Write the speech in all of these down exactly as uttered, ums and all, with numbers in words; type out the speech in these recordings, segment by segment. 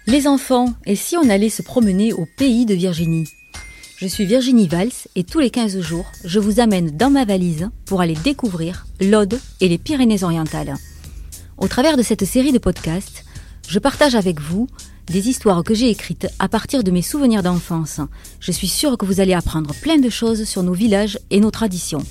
Les enfants, et si on allait se promener au pays de Virginie ? Je suis Virginie Valls et tous les quinze jours, je vous amène dans ma valise pour aller découvrir l'Aude et les Pyrénées-Orientales. Au travers de cette série de podcasts, je partage avec vous des histoires que j'ai écrites à partir de mes souvenirs d'enfance. Je suis sûre que vous allez apprendre plein de choses sur nos villages et nos traditions.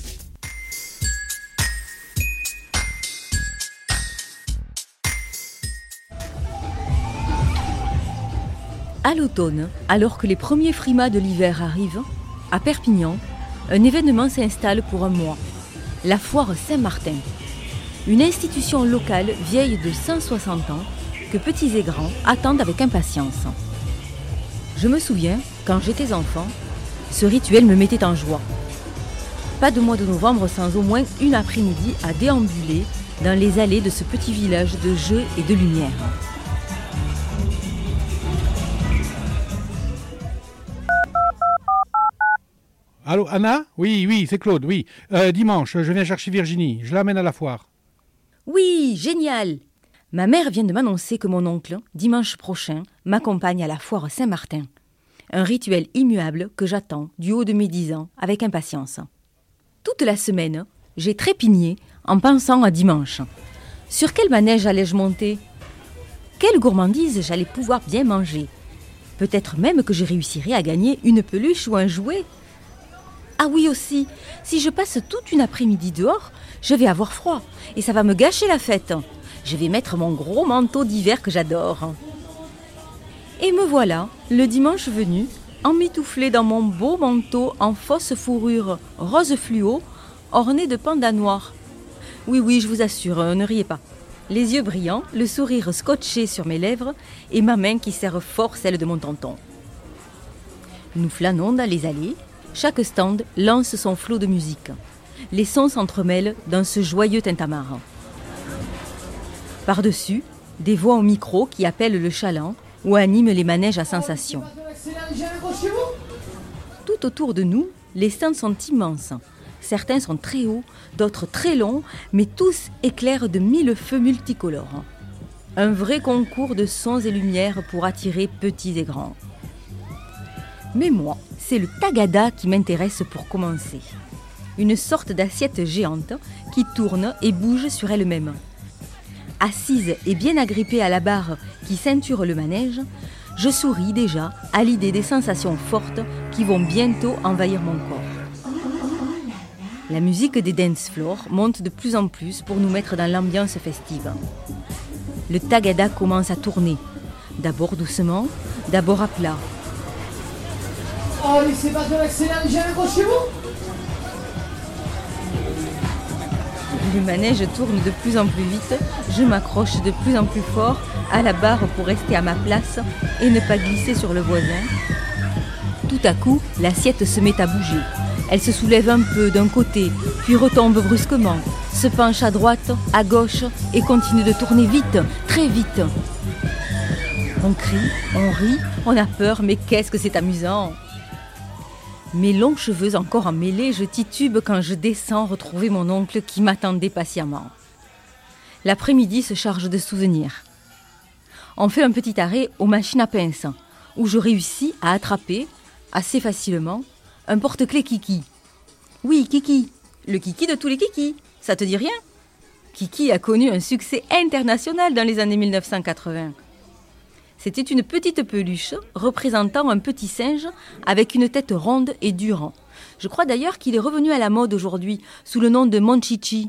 À l'automne, alors que les premiers frimas de l'hiver arrivent, à Perpignan, un événement s'installe pour un mois, la foire Saint-Martin. Une institution locale vieille de cent soixante ans que petits et grands attendent avec impatience. Je me souviens, quand j'étais enfant, ce rituel me mettait en joie. Pas de mois de novembre sans au moins une après-midi à déambuler dans les allées de ce petit village de jeux et de lumière. Allô, Anna ? Oui, oui, c'est Claude, oui. Euh, dimanche, je viens chercher Virginie. Je l'amène à la foire. Oui, génial ! Ma mère vient de m'annoncer que mon oncle, dimanche prochain, m'accompagne à la foire Saint-Martin. Un rituel immuable que j'attends du haut de mes dix ans avec impatience. Toute la semaine, j'ai trépigné en pensant à dimanche. Sur quel manège allais-je monter ? Quelle gourmandise j'allais pouvoir bien manger ? Peut-être même que je réussirais à gagner une peluche ou un jouet ? Ah oui aussi, si je passe toute une après-midi dehors, je vais avoir froid et ça va me gâcher la fête. Je vais mettre mon gros manteau d'hiver que j'adore. Et me voilà, le dimanche venu, emmitouflée dans mon beau manteau en fausse fourrure rose fluo, orné de pandas noirs. Oui, oui, je vous assure, ne riez pas. Les yeux brillants, le sourire scotché sur mes lèvres et ma main qui serre fort celle de mon tonton. Nous flânons dans les allées. Chaque stand lance son flot de musique. Les sons s'entremêlent dans ce joyeux tintamarre. Par-dessus, des voix au micro qui appellent le chaland ou animent les manèges à sensations. Tout autour de nous, les stands sont immenses. Certains sont très hauts, d'autres très longs, mais tous éclairent de mille feux multicolores. Un vrai concours de sons et lumières pour attirer petits et grands. Mais moi, c'est le tagada qui m'intéresse pour commencer. Une sorte d'assiette géante qui tourne et bouge sur elle-même. Assise et bien agrippée à la barre qui ceinture le manège, je souris déjà à l'idée des sensations fortes qui vont bientôt envahir mon corps. La musique des dance floors monte de plus en plus pour nous mettre dans l'ambiance festive. Le tagada commence à tourner, d'abord doucement, d'abord à plat. Oh, laissez pas de l'excellent, j'ai un gros chez vous. Le manège tourne de plus en plus vite, je m'accroche de plus en plus fort à la barre pour rester à ma place et ne pas glisser sur le voisin. Tout à coup, l'assiette se met à bouger. Elle se soulève un peu d'un côté, puis retombe brusquement, se penche à droite, à gauche et continue de tourner vite, très vite. On crie, on rit, on a peur, mais qu'est-ce que c'est amusant ! Mes longs cheveux encore emmêlés, je titube quand je descends retrouver mon oncle qui m'attendait patiemment. L'après-midi se charge de souvenirs. On fait un petit arrêt aux machines à pince, où je réussis à attraper, assez facilement, un porte-clés Kiki. Oui, Kiki, le Kiki de tous les Kikis, ça te dit rien ? Kiki a connu un succès international dans les années mille neuf cent quatre-vingts. C'était une petite peluche représentant un petit singe avec une tête ronde et dure. Je crois d'ailleurs qu'il est revenu à la mode aujourd'hui sous le nom de Monchichi.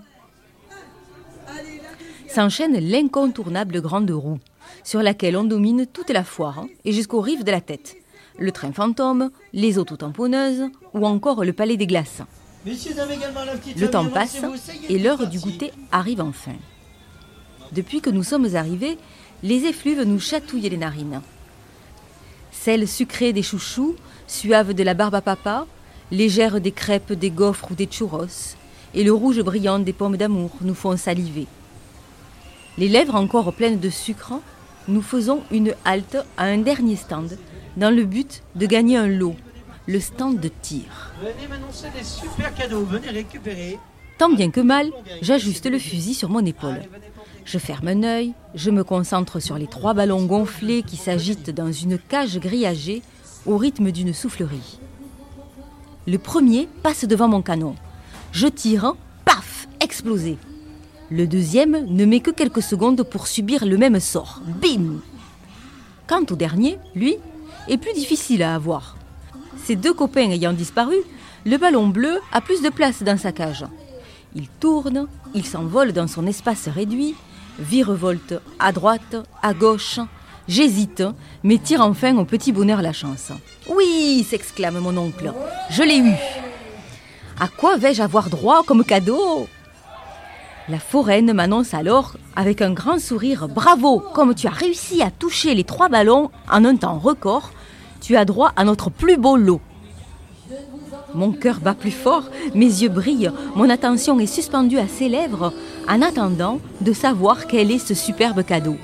S'enchaîne l'incontournable grande roue sur laquelle on domine toute la foire et jusqu'aux rives de la tête. Le train fantôme, les autotamponneuses ou encore le palais des glaces. Le temps passe et l'heure du goûter arrive enfin. Depuis que nous sommes arrivés, les effluves nous chatouillent les narines. Celles sucrées des chouchous, suaves de la barbe à papa, légères des crêpes, des gaufres ou des churros, et le rouge brillant des pommes d'amour nous font saliver. Les lèvres encore pleines de sucre, nous faisons une halte à un dernier stand, dans le but de gagner un lot, le stand de tir. Venez m'annoncer des super cadeaux, venez récupérer. Tant bien que mal, j'ajuste le fusil sur mon épaule. Je ferme un œil, je me concentre sur les trois ballons gonflés qui s'agitent dans une cage grillagée au rythme d'une soufflerie. Le premier passe devant mon canon. Je tire, paf, explosé. Le deuxième ne met que quelques secondes pour subir le même sort. Bim! Quant au dernier, lui, est plus difficile à avoir. Ses deux copains ayant disparu, le ballon bleu a plus de place dans sa cage. Il tourne, il s'envole dans son espace réduit, virevolte à droite, à gauche. J'hésite, mais tire enfin au petit bonheur la chance. « Oui !» s'exclame mon oncle. « Je l'ai eu !» À quoi vais-je avoir droit comme cadeau ? La foraine m'annonce alors, avec un grand sourire, « Bravo, comme tu as réussi à toucher les trois ballons en un temps record, tu as droit à notre plus beau lot. » Mon cœur bat plus fort, mes yeux brillent, mon attention est suspendue à ses lèvres, en attendant de savoir quel est ce superbe cadeau.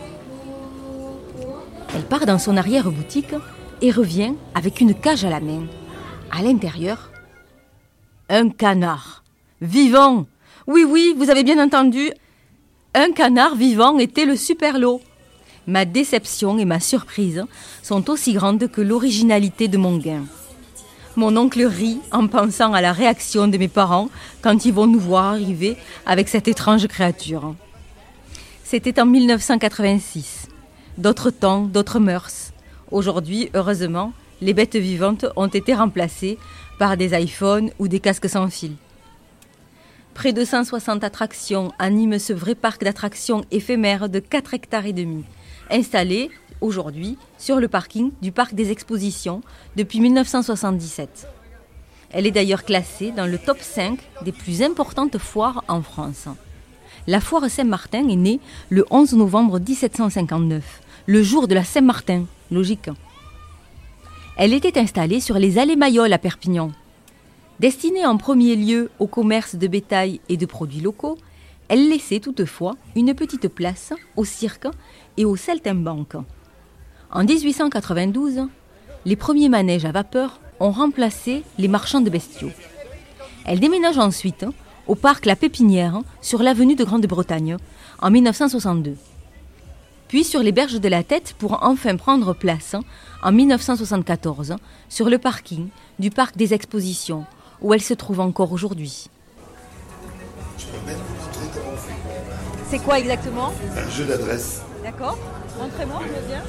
Elle part dans son arrière-boutique et revient avec une cage à la main. À l'intérieur, un canard, vivant. Oui, oui, vous avez bien entendu, un canard vivant était le super lot. Ma déception et ma surprise sont aussi grandes que l'originalité de mon gain. Mon oncle rit en pensant à la réaction de mes parents quand ils vont nous voir arriver avec cette étrange créature. C'était en mille neuf cent quatre-vingt-six. D'autres temps, d'autres mœurs. Aujourd'hui, heureusement, les bêtes vivantes ont été remplacées par des iPhones ou des casques sans fil. Près de cent soixante attractions animent ce vrai parc d'attractions éphémère de quatre hectares et demi, installé aujourd'hui sur le parking du parc des expositions depuis mille neuf cent soixante-dix-sept. Elle est d'ailleurs classée dans le top cinq des plus importantes foires en France. La foire Saint-Martin est née le onze novembre dix-sept cent cinquante-neuf, le jour de la Saint-Martin, logique. Elle était installée sur les allées Mayol à Perpignan. Destinée en premier lieu au commerce de bétail et de produits locaux, elle laissait toutefois une petite place au cirque et au saltimbanque. En dix-huit cent quatre-vingt-douze, les premiers manèges à vapeur ont remplacé les marchands de bestiaux. Elle déménage ensuite au parc La Pépinière sur l'avenue de Grande-Bretagne en mille neuf cent soixante-deux. Puis sur les berges de la Tête pour enfin prendre place en mille neuf cent soixante-quatorze sur le parking du parc des expositions où elle se trouve encore aujourd'hui. Je peux même vous montrer comment on fait. C'est quoi exactement ? Un jeu d'adresse. D'accord. Montrez-moi, je veux bien.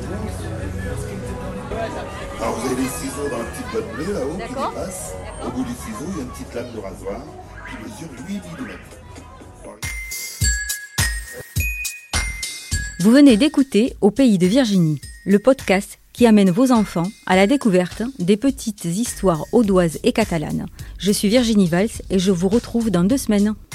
Alors vous avez les ciseaux dans la petite boîte bleue là-haut qui D'accord. dépasse. D'accord. Au bout du ciseau, il y a une petite lame de rasoir qui mesure huit millimètres. Alors, Vous venez d'écouter Au pays de Virginie, le podcast qui amène vos enfants à la découverte des petites histoires audoises et catalanes. Je suis Virginie Valls et je vous retrouve dans deux semaines.